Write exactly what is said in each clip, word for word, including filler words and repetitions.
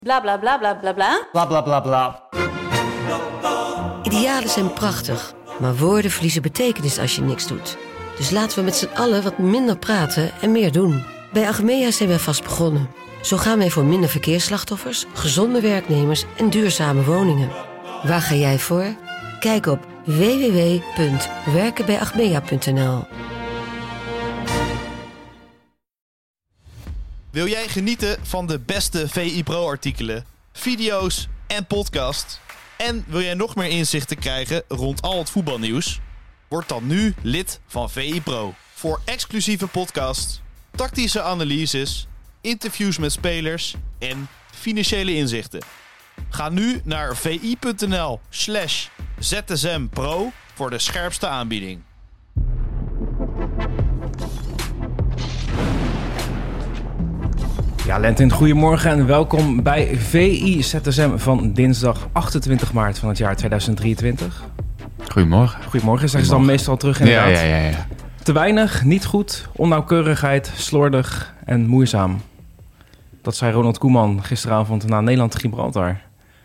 Bla bla bla bla bla bla. Bla bla bla bla. Idealen zijn prachtig, maar woorden verliezen betekenis als je niks doet. Dus laten we met z'n allen wat minder praten en meer doen. Bij Achmea zijn wij vast begonnen. Zo gaan wij voor minder verkeersslachtoffers, gezonde werknemers en duurzame woningen. Waar ga jij voor? Kijk op w w w punt werken bij achmea punt n l. Wil jij genieten van de beste V I Pro-artikelen, video's en podcasts? En wil jij nog meer inzichten krijgen rond al het voetbalnieuws? Word dan nu lid van V I Pro. Voor exclusieve podcasts, tactische analyses, interviews met spelers en financiële inzichten. Ga nu naar vi.nl slash zsmpro voor de scherpste aanbieding. Ja, Lentin, goedemorgen en welkom bij V I Z S M van dinsdag achtentwintig maart van het jaar tweeduizend drieëntwintig. Goedemorgen. Goedemorgen, zeggen ze dan meestal terug inderdaad. Ja, ja, ja, ja. Te weinig, niet goed, onnauwkeurigheid, slordig en moeizaam. Dat zei Ronald Koeman gisteravond na Nederland-Gibraltar. Ben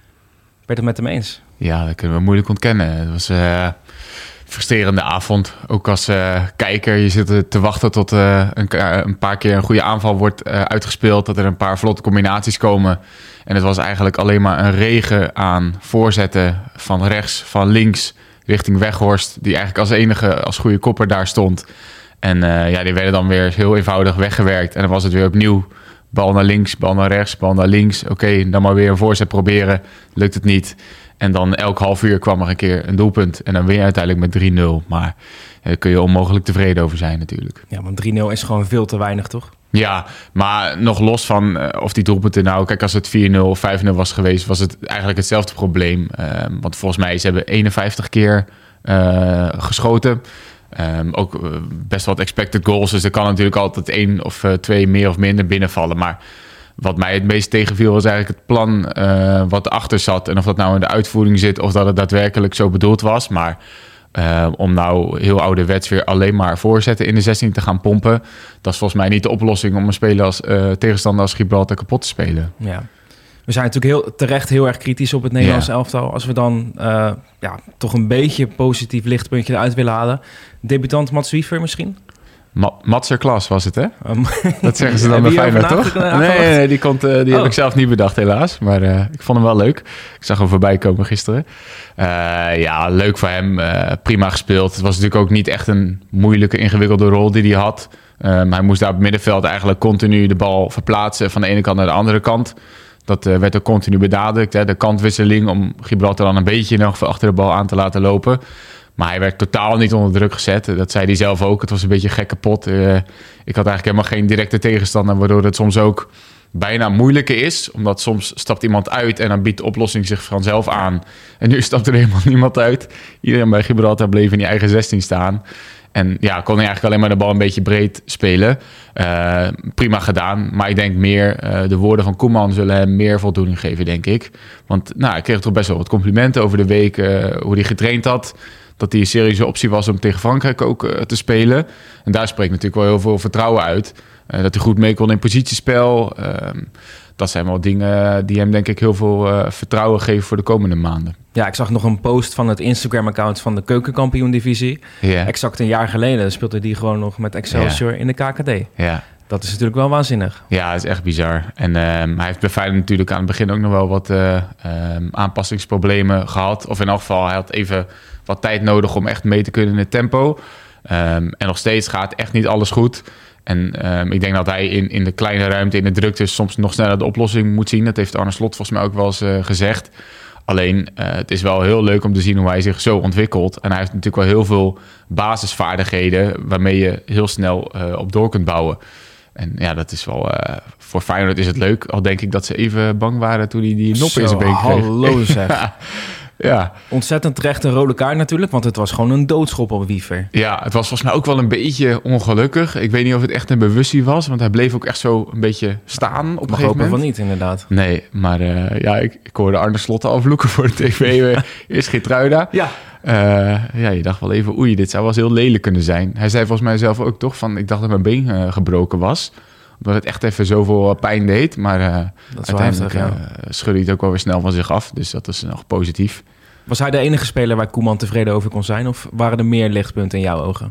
je het met hem eens? Ja, dat kunnen we moeilijk ontkennen. Het was een uh, frustrerende avond. Ook als uh, kijker, je zit te wachten tot uh, een, een paar keer een goede aanval wordt uh, uitgespeeld. Dat er een paar vlotte combinaties komen. En het was eigenlijk alleen maar een regen aan voorzetten van rechts, van links richting Weghorst. Die eigenlijk als enige, als goede kopper daar stond. En uh, ja, die werden dan weer heel eenvoudig weggewerkt. En dan was het weer opnieuw bal naar links, bal naar rechts, bal naar links. Oké, okay, dan maar weer een voorzet proberen. Lukt het niet. En dan elk half uur kwam er een keer een doelpunt. En dan win je uiteindelijk met drie nul. Maar daar kun je onmogelijk tevreden over zijn natuurlijk. Ja, want drie nul is gewoon veel te weinig, toch? Ja, maar nog los van uh, of die doelpunten nou... Kijk, als het vier nul of vijf nul was geweest, was het eigenlijk hetzelfde probleem. Uh, want volgens mij, ze hebben eenenvijftig keer uh, geschoten. Um, ook uh, best wat expected goals. Dus er kan natuurlijk altijd één of uh, twee meer of minder binnenvallen. Maar wat mij het meest tegenviel was eigenlijk het plan uh, wat erachter zat. En of dat nou in de uitvoering zit of dat het daadwerkelijk zo bedoeld was. Maar uh, om nou heel ouderwets weer alleen maar voorzetten in de zestien te gaan pompen, dat is volgens mij niet de oplossing om een speler als uh, tegenstander als Gibraltar kapot te spelen. Ja. We zijn natuurlijk heel, terecht heel erg kritisch op het Nederlandse ja. elftal. Als we dan uh, ja, toch een beetje positief lichtpuntje eruit willen halen. Debutant Mats Wiever misschien? Ma- Matserklas was het, hè? Um, dat zeggen ze dan bij Feyenoord, toch? Nee, nee, nee, die, komt, uh, die oh. heb ik zelf niet bedacht, helaas. Maar uh, ik vond hem wel leuk. Ik zag hem voorbij komen gisteren. Uh, ja, leuk voor hem. Uh, prima gespeeld. Het was natuurlijk ook niet echt een moeilijke, ingewikkelde rol die hij had. Um, hij moest daar op het middenveld eigenlijk continu de bal verplaatsen van de ene kant naar de andere kant. Dat uh, werd ook continu benadrukt. Hè? De kantwisseling om Gibraltar dan een beetje nog achter de bal aan te laten lopen. Maar hij werd totaal niet onder druk gezet. Dat zei hij zelf ook. Het was een beetje gek kapot. Uh, ik had eigenlijk helemaal geen directe tegenstander, waardoor het soms ook bijna moeilijker is. Omdat soms stapt iemand uit en dan biedt de oplossing zich vanzelf aan. En nu stapt er helemaal niemand uit. Iedereen bij Gibraltar bleef in die eigen zestien staan. En ja, kon hij eigenlijk alleen maar de bal een beetje breed spelen. Uh, prima gedaan. Maar ik denk meer, uh, de woorden van Koeman zullen hem meer voldoening geven, denk ik. Want nou, hij kreeg toch best wel wat complimenten over de week. Uh, hoe hij getraind had. Dat hij een serieuze optie was om tegen Frankrijk ook uh, te spelen. En daar spreekt natuurlijk wel heel veel vertrouwen uit. Uh, dat hij goed mee kon in positiespel. Uh, dat zijn wel dingen die hem denk ik heel veel uh, vertrouwen geven voor de komende maanden. Ja, ik zag nog een post van het Instagram-account van de Keukenkampioen-divisie. Yeah. Exact een jaar geleden speelde die gewoon nog met Excelsior yeah. in de K K D. Ja. Yeah. Dat is natuurlijk wel waanzinnig. Ja, het is echt bizar. En uh, hij heeft bij Feyenoord natuurlijk aan het begin ook nog wel wat uh, um, aanpassingsproblemen gehad. Of in elk geval, hij had even wat tijd nodig om echt mee te kunnen in het tempo. Um, en nog steeds gaat echt niet alles goed. En um, ik denk dat hij in, in de kleine ruimte, in de drukte, soms nog sneller de oplossing moet zien. Dat heeft Arne Slot volgens mij ook wel eens uh, gezegd. Alleen, uh, het is wel heel leuk om te zien hoe hij zich zo ontwikkelt. En hij heeft natuurlijk wel heel veel basisvaardigheden waarmee je heel snel uh, op door kunt bouwen. En ja, dat is wel... Uh, voor Feyenoord is het leuk. Al denk ik dat ze even bang waren toen hij die nop in zijn been kreeg. Hallo zeg. Ja. Ontzettend terecht een rode kaart natuurlijk, want het was gewoon een doodschop op Wiever. Ja, het was volgens mij ook wel een beetje ongelukkig. Ik weet niet of het echt een bewustzijn was, want hij bleef ook echt zo een beetje staan op een gegeven moment. van niet, inderdaad. Nee, maar uh, ja, ik, ik hoorde Arne Slot al vloeken voor de tv. Eerst Geertruida. Ja. Uh, ja, je dacht wel even, oei, dit zou wel eens heel lelijk kunnen zijn. Hij zei volgens mij zelf ook toch van, ik dacht dat mijn been uh, gebroken was. Omdat het echt even zoveel pijn deed. Maar uh, dat is uiteindelijk wel heftig, uh, schudde hij het ook wel weer snel van zich af. Dus dat is nog positief. Was hij de enige speler waar Koeman tevreden over kon zijn? Of waren er meer lichtpunten in jouw ogen?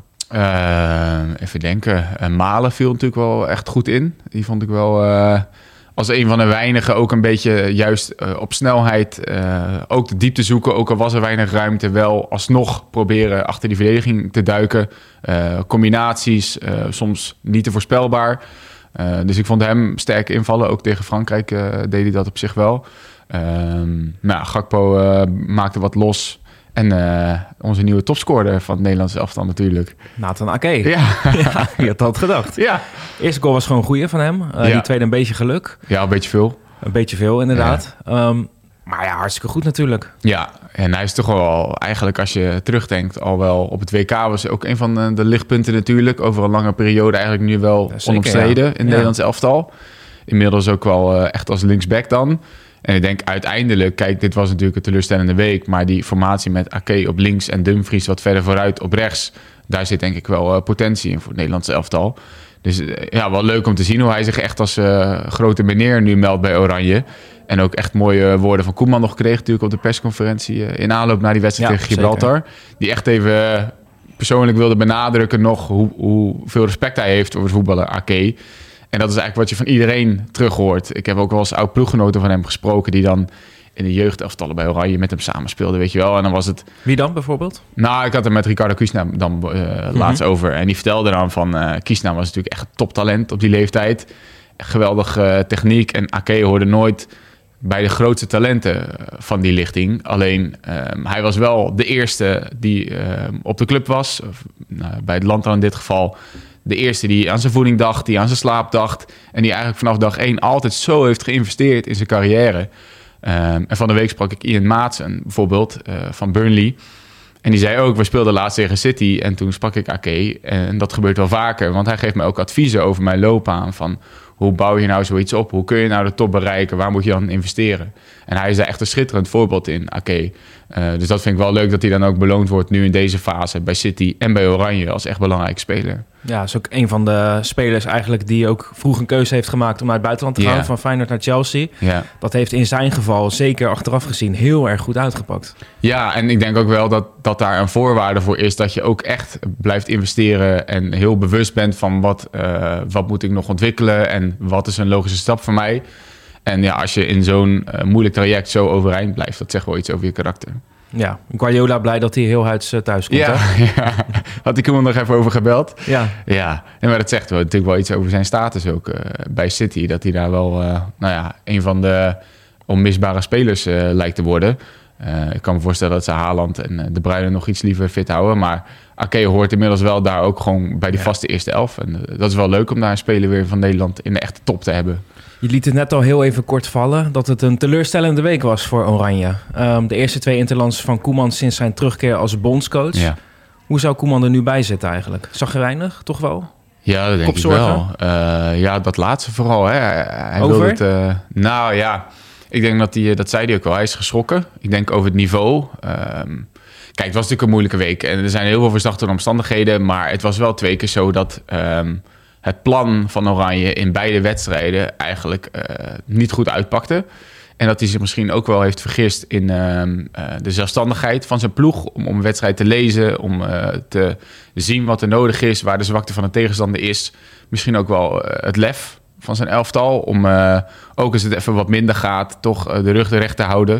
Uh, even denken. Uh, Malen viel natuurlijk wel echt goed in. Die vond ik wel uh, als een van de weinigen ook een beetje juist uh, op snelheid. Uh, ook de diepte zoeken. Ook al was er weinig ruimte. Wel alsnog proberen achter die verdediging te duiken. Uh, combinaties. Uh, soms niet te voorspelbaar. Uh, dus ik vond hem sterk invallen. Ook tegen Frankrijk uh, deed hij dat op zich wel. Uh, nou, Gakpo uh, maakte wat los. En uh, onze nieuwe topscorer van het Nederlandse elftal natuurlijk. Nathan Ake. Ja. Ja, wie had dat gedacht? Ja. De eerste goal was gewoon een goeie van hem. Uh, ja. Die tweede een beetje geluk. Ja, een beetje veel. Een beetje veel, inderdaad. Ja. Um, maar ja, hartstikke goed natuurlijk. Ja, en hij is toch wel eigenlijk als je terugdenkt al wel op het W K was ook een van de lichtpunten natuurlijk. Over een lange periode eigenlijk nu wel ja, zeker, onomstreden ja. in het ja. Nederlands elftal. Inmiddels ook wel uh, echt als linksback dan. En ik denk uiteindelijk, kijk, dit was natuurlijk een teleurstellende week, maar die formatie met Ake op links en Dumfries wat verder vooruit op rechts, daar zit denk ik wel uh, potentie in voor het Nederlandse elftal. Dus uh, ja, wel leuk om te zien hoe hij zich echt als uh, grote meneer nu meldt bij Oranje. En ook echt mooie woorden van Koeman nog kreeg natuurlijk op de persconferentie uh, in aanloop naar die wedstrijd ja, tegen Gibraltar. Zeker. Die echt even uh, persoonlijk wilde benadrukken nog hoe, hoeveel respect hij heeft voor het voetballen Ake. En dat is eigenlijk wat je van iedereen terug hoort. Ik heb ook wel eens oud ploeggenoten van hem gesproken die dan in de jeugdelftallen bij Oranje met hem samenspeelden, weet je wel. En dan was het... Wie dan bijvoorbeeld? Nou, ik had het met Ricardo Kiesna dan uh, mm-hmm. laatst over. En die vertelde dan van... Uh, Kiesna was natuurlijk echt een toptalent op die leeftijd. Geweldige uh, techniek. En Ake hoorde nooit bij de grootste talenten van die lichting. Alleen, um, hij was wel de eerste die uh, op de club was. Of, nou, bij het land dan in dit geval... De eerste die aan zijn voeding dacht, die aan zijn slaap dacht. En die eigenlijk vanaf dag één altijd zo heeft geïnvesteerd in zijn carrière. Um, en van de week sprak ik Ian Maatsen bijvoorbeeld uh, van Burnley. En die zei ook, we speelden laatst tegen City. En toen sprak ik Ake. En dat gebeurt wel vaker. Want hij geeft me ook adviezen over mijn loopbaan. Van hoe bouw je nou zoiets op? Hoe kun je nou de top bereiken? Waar moet je dan investeren? En hij is daar echt een schitterend voorbeeld in, Ake. Uh, dus dat vind ik wel leuk dat hij dan ook beloond wordt nu in deze fase bij City en bij Oranje als echt belangrijke speler. Ja, is ook een van de spelers eigenlijk die ook vroeg een keuze heeft gemaakt om naar het buitenland te gaan, yeah. van Feyenoord naar Chelsea. Yeah. Dat heeft in zijn geval, zeker achteraf gezien, heel erg goed uitgepakt. Ja, en ik denk ook wel dat, dat daar een voorwaarde voor is dat je ook echt blijft investeren en heel bewust bent van wat, uh, wat moet ik nog ontwikkelen en wat is een logische stap voor mij. En ja, als je in zo'n uh, moeilijk traject zo overeind blijft, dat zegt wel iets over je karakter. Ja, Guardiola blij dat hij heel huids uh, thuis komt. Ja, ja, had ik hem nog even over gebeld. Ja, ja. En maar dat zegt wel natuurlijk wel iets over zijn status ook uh, bij City. Dat hij daar wel, uh, nou ja, een van de onmisbare spelers uh, lijkt te worden. Uh, ik kan me voorstellen dat ze Haaland en uh, De Bruyne nog iets liever fit houden. Maar Ake hoort inmiddels wel daar ook gewoon bij die ja. vaste eerste elf. En uh, dat is wel leuk om daar een speler weer van Nederland in de echte top te hebben. Je liet het net al heel even kort vallen dat het een teleurstellende week was voor Oranje. Um, de eerste twee interlands van Koeman sinds zijn terugkeer als bondscoach. Ja. Hoe zou Koeman er nu bij zitten eigenlijk? Zagrijnig, toch wel? Ja, dat denk Kopzorgen? ik wel. Uh, ja, dat laatste vooral. Hè. Hij over? Het, uh, nou ja, ik denk dat hij, dat zei hij ook wel. Hij is geschrokken. Ik denk over het niveau. Um, kijk, het was natuurlijk een moeilijke week. En er zijn heel veel verzachtende omstandigheden. Maar het was wel twee keer zo dat... Um, het plan van Oranje in beide wedstrijden eigenlijk uh, niet goed uitpakte. En dat hij zich misschien ook wel heeft vergist in uh, uh, de zelfstandigheid van zijn ploeg. Om, om een wedstrijd te lezen, om uh, te zien wat er nodig is, waar de zwakte van de tegenstander is. Misschien ook wel uh, het lef van zijn elftal. Om uh, ook als het even wat minder gaat, toch uh, de rug recht te houden.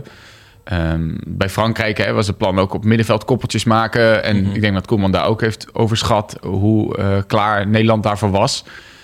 Um, bij Frankrijk hè, was het plan ook op middenveld koppeltjes maken. En mm-hmm. ik denk dat Koeman daar ook heeft overschat hoe uh, klaar Nederland daarvoor was.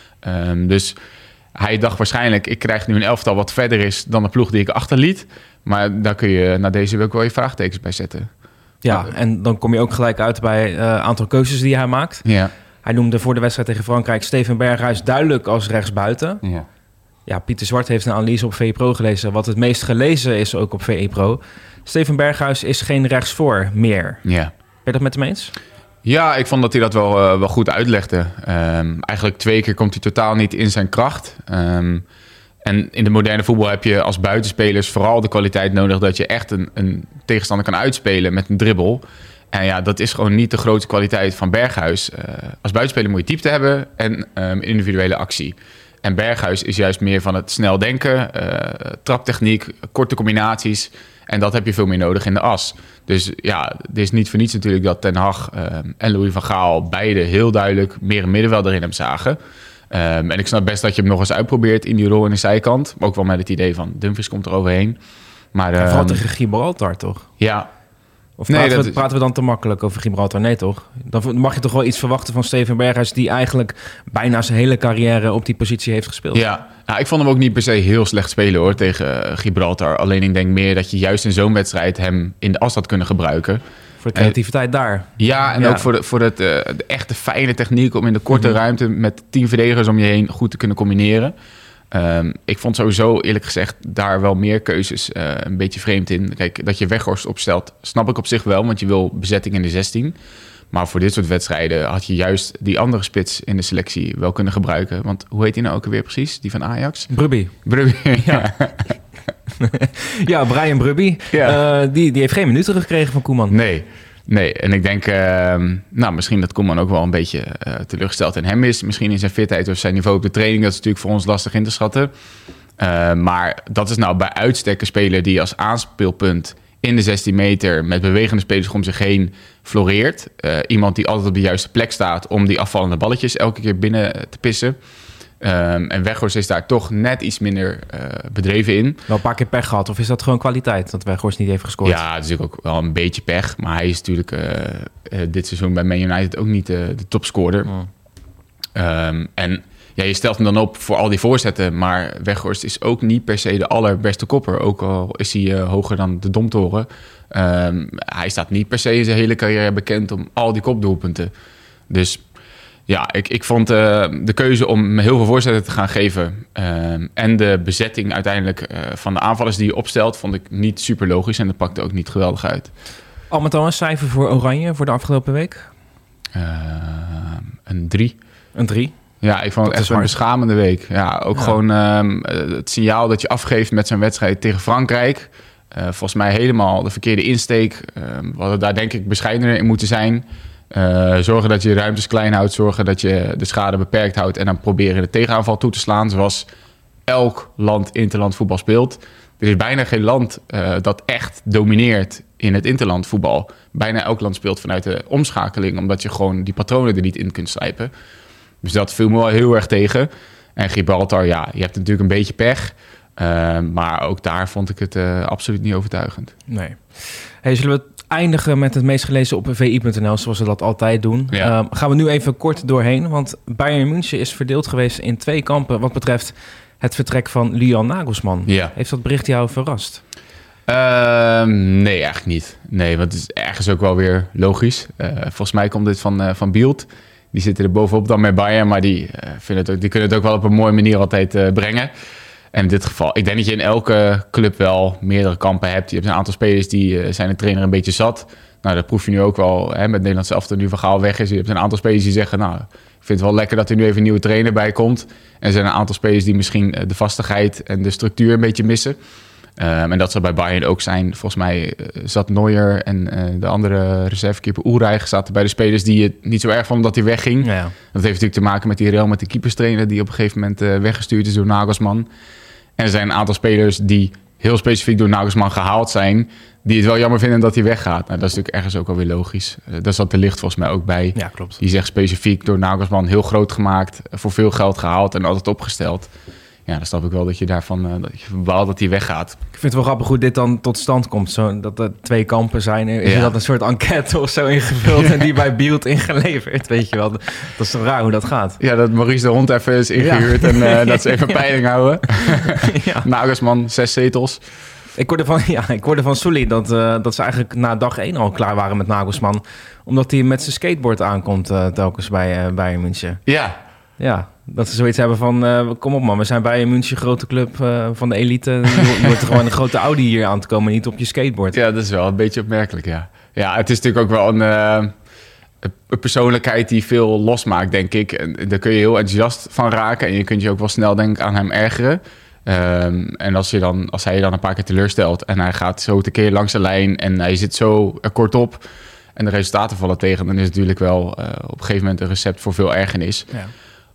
Um, dus hij dacht waarschijnlijk, ik krijg nu een elftal wat verder is dan de ploeg die ik achterliet. Maar daar kun je na deze week wel je vraagtekens bij zetten. Ja, maar, en dan kom je ook gelijk uit bij een uh, aantal keuzes die hij maakt. Ja. Hij noemde voor de wedstrijd tegen Frankrijk Steven Berghuis duidelijk als rechtsbuiten. Ja. Ja, Pieter Zwart heeft een analyse op V E Pro gelezen, wat het meest gelezen is ook op V E Pro. Steven Berghuis is geen rechtsvoor meer. Ja. Ben je dat met hem eens? Ja, ik vond dat hij dat wel, uh, wel goed uitlegde. Um, eigenlijk twee keer komt hij totaal niet in zijn kracht. Um, en in de moderne voetbal heb je als buitenspelers vooral de kwaliteit nodig dat je echt een, een tegenstander kan uitspelen met een dribbel. En ja, dat is gewoon niet de grote kwaliteit van Berghuis. Uh, als buitenspeler moet je diepte hebben en um, individuele actie. En Berghuis is juist meer van het snel denken, uh, traptechniek, korte combinaties. En dat heb je veel meer nodig in de as. Dus ja, het is niet voor niets natuurlijk dat Ten Hag uh, en Louis van Gaal beide heel duidelijk meer een middenvelder erin hem zagen. Um, en ik snap best dat je hem nog eens uitprobeert in die rol in de zijkant. Ook wel met het idee van Dumfries komt er overheen. Maar, um, vooral tegen Gibraltar, toch? Ja. Of praten, nee, we, is... praten we dan te makkelijk over Gibraltar? Nee, toch? Dan mag je toch wel iets verwachten van Steven Berghuis, die eigenlijk bijna zijn hele carrière op die positie heeft gespeeld. Ja, nou, ik vond hem ook niet per se heel slecht spelen hoor tegen Gibraltar. Alleen ik denk meer dat je juist in zo'n wedstrijd hem in de as had kunnen gebruiken. Voor de creativiteit en, daar. Ja, en ja. ook voor, de, voor het, uh, de echte fijne techniek om in de korte mm-hmm. ruimte met tien verdedigers om je heen goed te kunnen combineren. Um, ik vond sowieso eerlijk gezegd daar wel meer keuzes uh, een beetje vreemd in. Kijk, dat je Weghorst opstelt, snap ik op zich wel, want je wil bezetting in de zestien. Maar voor dit soort wedstrijden had je juist die andere spits in de selectie wel kunnen gebruiken. Want hoe heet die nou ook alweer precies? Die van Ajax? Brubby. Brubby, ja. ja, Brian Brubby. Ja. Uh, die, die heeft geen minuten gekregen van Koeman. Nee. Nee, en ik denk, uh, nou, misschien dat Koeman ook wel een beetje uh, teleurgesteld in hem is. Misschien in zijn fitheid of zijn niveau op de training. Dat is natuurlijk voor ons lastig in te schatten. Uh, maar dat is nou bij uitstek een speler die als aanspeelpunt in de zestien meter met bewegende spelers om zich heen floreert. Uh, iemand die altijd op de juiste plek staat om die afvallende balletjes elke keer binnen te pissen. Um, en Weghorst is daar toch net iets minder uh, bedreven in. Wel een paar keer pech gehad, of is dat gewoon kwaliteit dat Weghorst niet heeft gescoord? Ja, het is natuurlijk ook wel een beetje pech. Maar hij is natuurlijk uh, uh, dit seizoen bij Man United ook niet uh, de topscorer. Oh. Um, en ja, je stelt hem dan op voor al die voorzetten. Maar Weghorst is ook niet per se de allerbeste kopper. Ook al is hij uh, hoger dan de Domtoren. Um, hij staat niet per se in zijn hele carrière bekend om al die kopdoelpunten. Dus... Ja, ik, ik vond uh, de keuze om heel veel voorzetten te gaan geven... Uh, en de bezetting uiteindelijk uh, van de aanvallers die je opstelt... vond ik niet super logisch en dat pakte ook niet geweldig uit. Al met al een cijfer voor Oranje voor de afgelopen week? Uh, een drie. Een drie? Ja, ik vond het echt een beschamende week. Ja, ook ja. gewoon uh, het signaal dat je afgeeft met zo'n wedstrijd tegen Frankrijk... Uh, volgens mij helemaal de verkeerde insteek. Uh, we hadden daar denk ik bescheidener in moeten zijn... Uh, zorgen dat je de ruimtes klein houdt. Zorgen dat je de schade beperkt houdt. En dan proberen de tegenaanval toe te slaan. Zoals elk land interland voetbal speelt. Er is bijna geen land uh, dat echt domineert in het interland voetbal. Bijna elk land speelt vanuit de omschakeling. Omdat je gewoon die patronen er niet in kunt slijpen. Dus dat viel me wel heel erg tegen. En Gibraltar, ja, je hebt natuurlijk een beetje pech. Uh, maar ook daar vond ik het uh, absoluut niet overtuigend. Nee. Hey, zullen we eindigen met het meest gelezen op v i punt n l, zoals we dat altijd doen. Ja. Uh, gaan we nu even kort doorheen, want Bayern München is verdeeld geweest in twee kampen wat betreft het vertrek van Julian Nagelsmann. Ja. Heeft dat bericht jou verrast? Uh, nee, eigenlijk niet. Nee, want het is ergens ook wel weer logisch. Uh, volgens mij komt dit van, uh, van Bild. Die zitten er bovenop dan met Bayern, maar die, uh, vinden het ook, die kunnen het ook wel op een mooie manier altijd uh, brengen. En in dit geval, ik denk dat je in elke club wel meerdere kampen hebt. Je hebt een aantal spelers die uh, zijn de trainer een beetje zat. Nou, dat proef je nu ook wel hè, met Nederlands elftal nu Van Gaal weg is. Je hebt een aantal spelers die zeggen, nou, ik vind het wel lekker dat er nu even een nieuwe trainer bij komt. En er zijn een aantal spelers die misschien de vastigheid en de structuur een beetje missen. Um, en dat zal bij Bayern ook zijn. Volgens mij uh, zat Neuer en uh, de andere reservekeeper Ulreich zaten bij de spelers die het niet zo erg vonden dat hij wegging. Ja. Dat heeft natuurlijk te maken met die rel met de keeperstrainer die op een gegeven moment uh, weggestuurd is door Nagelsmann. En er zijn een aantal spelers die heel specifiek door Nagelsmann gehaald zijn, die het wel jammer vinden dat hij weggaat. Nou, dat is natuurlijk ergens ook alweer logisch. Uh, daar zat de Ligt volgens mij ook bij. Ja, klopt. Die zegt specifiek door Nagelsmann heel groot gemaakt, voor veel geld gehaald en altijd opgesteld. Ja, dan snap ik wel dat je daarvan uh, dat je verbaalt dat hij weggaat. Ik vind het wel grappig hoe dit dan tot stand komt. Zo, dat er twee kampen zijn. Is ja. dat een soort enquête of zo ingevuld en die bij Bild ingeleverd? Weet je wel, dat is toch raar hoe dat gaat? Ja, dat Maurice de Hond even is ingehuurd ja. en uh, dat ze even ja. peiling houden. ja. Nagelsmann, zes zetels. Ik hoorde van, ja, ik hoorde van Sully dat, uh, dat ze eigenlijk na dag één al klaar waren met Nagelsmann. Omdat hij met zijn skateboard aankomt uh, telkens bij uh, Bayern München. Ja. Ja, dat ze zoiets hebben van, uh, kom op man, we zijn bij een München grote club uh, van de elite. Je, je hoort er gewoon een grote Audi hier aan te komen, niet op je skateboard. Ja, dat is wel een beetje opmerkelijk, ja. Ja, het is natuurlijk ook wel een, uh, een persoonlijkheid die veel losmaakt, denk ik. En daar kun je heel enthousiast van raken en je kunt je ook wel snel, denk ik, aan hem ergeren. Um, en als, je dan, als hij je dan een paar keer teleurstelt en hij gaat zo tekeer langs de lijn en hij zit zo er kort op en de resultaten vallen tegen, dan is het natuurlijk wel uh, op een gegeven moment een recept voor veel ergernis. Ja.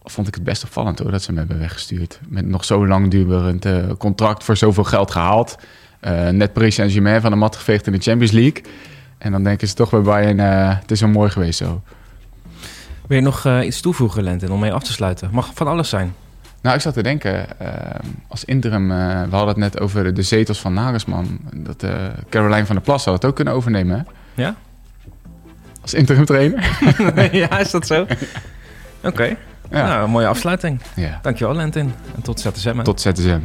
vond ik het best opvallend hoor, dat ze hem hebben weggestuurd. Met nog zo langdurend uh, contract voor zoveel geld gehaald. Uh, net Paris Saint-Germain van de mat geveegd in de Champions League. En dan denken ze toch bij Bayern, uh, het is wel mooi geweest zo. Wil je nog uh, iets toevoegen, Lentin, om mee af te sluiten? Mag van alles zijn. Nou, ik zat te denken, uh, als interim, uh, we hadden het net over de, de zetels van Nagelsman. Dat uh, Caroline van der Plas had het ook kunnen overnemen, hè? Ja? Als interim trainer. Ja, is dat zo? Oké. Okay. Ja. Nou, een mooie afsluiting. Ja. Dankjewel, Lentin. En tot Z S M. Hè? Tot Z S M.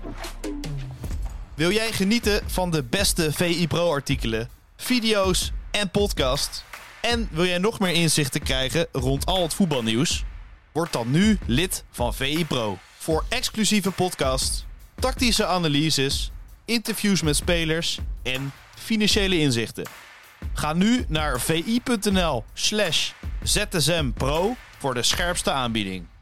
Wil jij genieten van de beste V I Pro-artikelen, video's en podcast? En wil jij nog meer inzichten krijgen rond al het voetbalnieuws? Word dan nu lid van V I Pro. Voor exclusieve podcasts, tactische analyses, interviews met spelers en financiële inzichten. Ga nu naar vi.nl slash zsmpro voor de scherpste aanbieding.